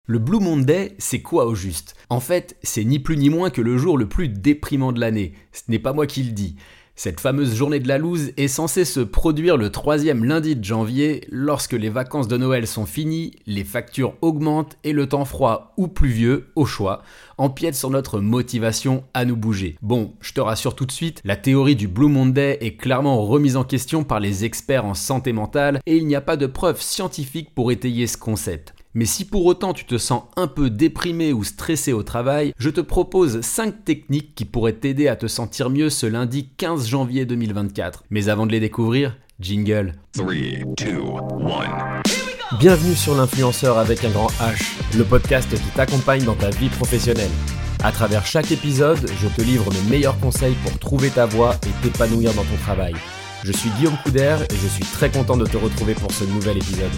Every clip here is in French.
Le Blue Monday, c'est quoi au juste ? En fait, c'est ni plus ni moins que le jour le plus déprimant de l'année. Ce n'est pas moi qui le dis. Cette fameuse journée de la loose est censée se produire le 3e lundi de janvier, lorsque les vacances de Noël sont finies, les factures augmentent et le temps froid ou pluvieux, au choix, empiète sur notre motivation à nous bouger. Bon, je te rassure tout de suite, la théorie du Blue Monday est clairement remise en question par les experts en santé mentale et il n'y a pas de preuves scientifiques pour étayer ce concept. Mais si pour autant tu te sens un peu déprimé ou stressé au travail, je te propose 5 techniques qui pourraient t'aider à te sentir mieux ce lundi 15 janvier 2024. Mais avant de les découvrir, jingle. 3, 2, 1. Bienvenue sur l'influenceur avec un grand H, le podcast qui t'accompagne dans ta vie professionnelle. À travers chaque épisode, je te livre mes meilleurs conseils pour trouver ta voie et t'épanouir dans ton travail. Je suis Guillaume Couder et je suis très content de te retrouver pour ce nouvel épisode.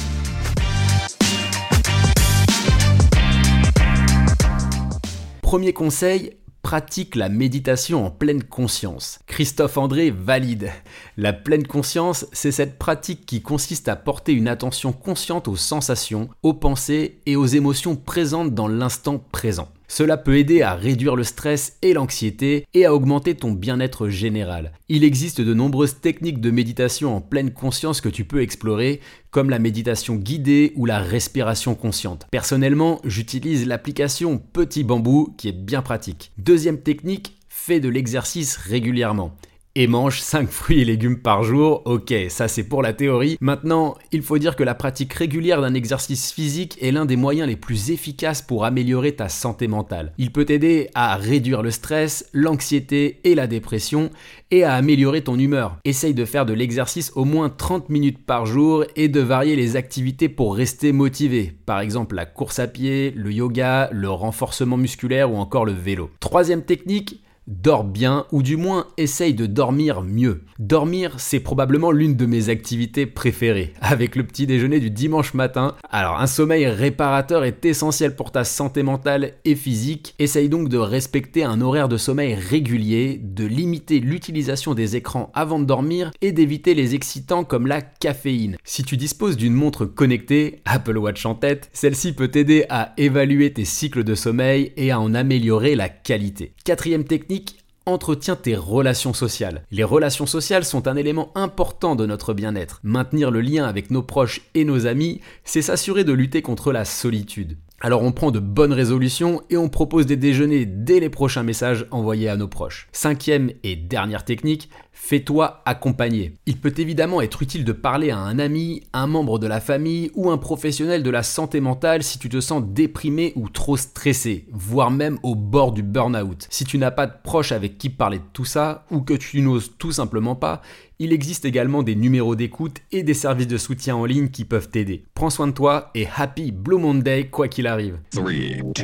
Premier conseil, pratique la méditation en pleine conscience. Christophe André valide. La pleine conscience, c'est cette pratique qui consiste à porter une attention consciente aux sensations, aux pensées et aux émotions présentes dans l'instant présent. Cela peut aider à réduire le stress et l'anxiété et à augmenter ton bien-être général. Il existe de nombreuses techniques de méditation en pleine conscience que tu peux explorer, comme la méditation guidée ou la respiration consciente. Personnellement, j'utilise l'application Petit Bambou qui est bien pratique. Deuxième technique, fais de l'exercice régulièrement. Et mange 5 fruits et légumes par jour, ok, ça c'est pour la théorie. Maintenant, il faut dire que la pratique régulière d'un exercice physique est l'un des moyens les plus efficaces pour améliorer ta santé mentale. Il peut t'aider à réduire le stress, l'anxiété et la dépression et à améliorer ton humeur. Essaye de faire de l'exercice au moins 30 minutes par jour et de varier les activités pour rester motivé. Par exemple, la course à pied, le yoga, le renforcement musculaire ou encore le vélo. Troisième technique, dors bien ou du moins essaye de dormir mieux. Dormir, c'est probablement l'une de mes activités préférées, avec le petit déjeuner du dimanche matin. Alors un sommeil réparateur est essentiel pour ta santé mentale et physique. Essaye donc de respecter un horaire de sommeil régulier, de limiter l'utilisation des écrans avant de dormir et d'éviter les excitants comme la caféine. Si tu disposes d'une montre connectée, Apple Watch en tête, celle-ci peut t'aider à évaluer tes cycles de sommeil et à en améliorer la qualité. Quatrième technique, entretiens tes relations sociales. Les relations sociales sont un élément important de notre bien-être. Maintenir le lien avec nos proches et nos amis, c'est s'assurer de lutter contre la solitude. Alors on prend de bonnes résolutions et on propose des déjeuners dès les prochains messages envoyés à nos proches. Cinquième et dernière technique, fais-toi accompagner. Il peut évidemment être utile de parler à un ami, un membre de la famille ou un professionnel de la santé mentale si tu te sens déprimé ou trop stressé, voire même au bord du burn-out. Si tu n'as pas de proche avec qui parler de tout ça ou que tu n'oses tout simplement pas, il existe également des numéros d'écoute et des services de soutien en ligne qui peuvent t'aider. Prends soin de toi et Happy Blue Monday quoi qu'il arrive. 3, 2,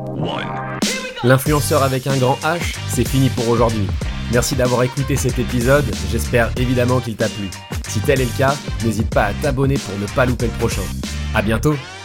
1. L'influenceur avec un grand H, c'est fini pour aujourd'hui. Merci d'avoir écouté cet épisode, j'espère évidemment qu'il t'a plu. Si tel est le cas, n'hésite pas à t'abonner pour ne pas louper le prochain. À bientôt!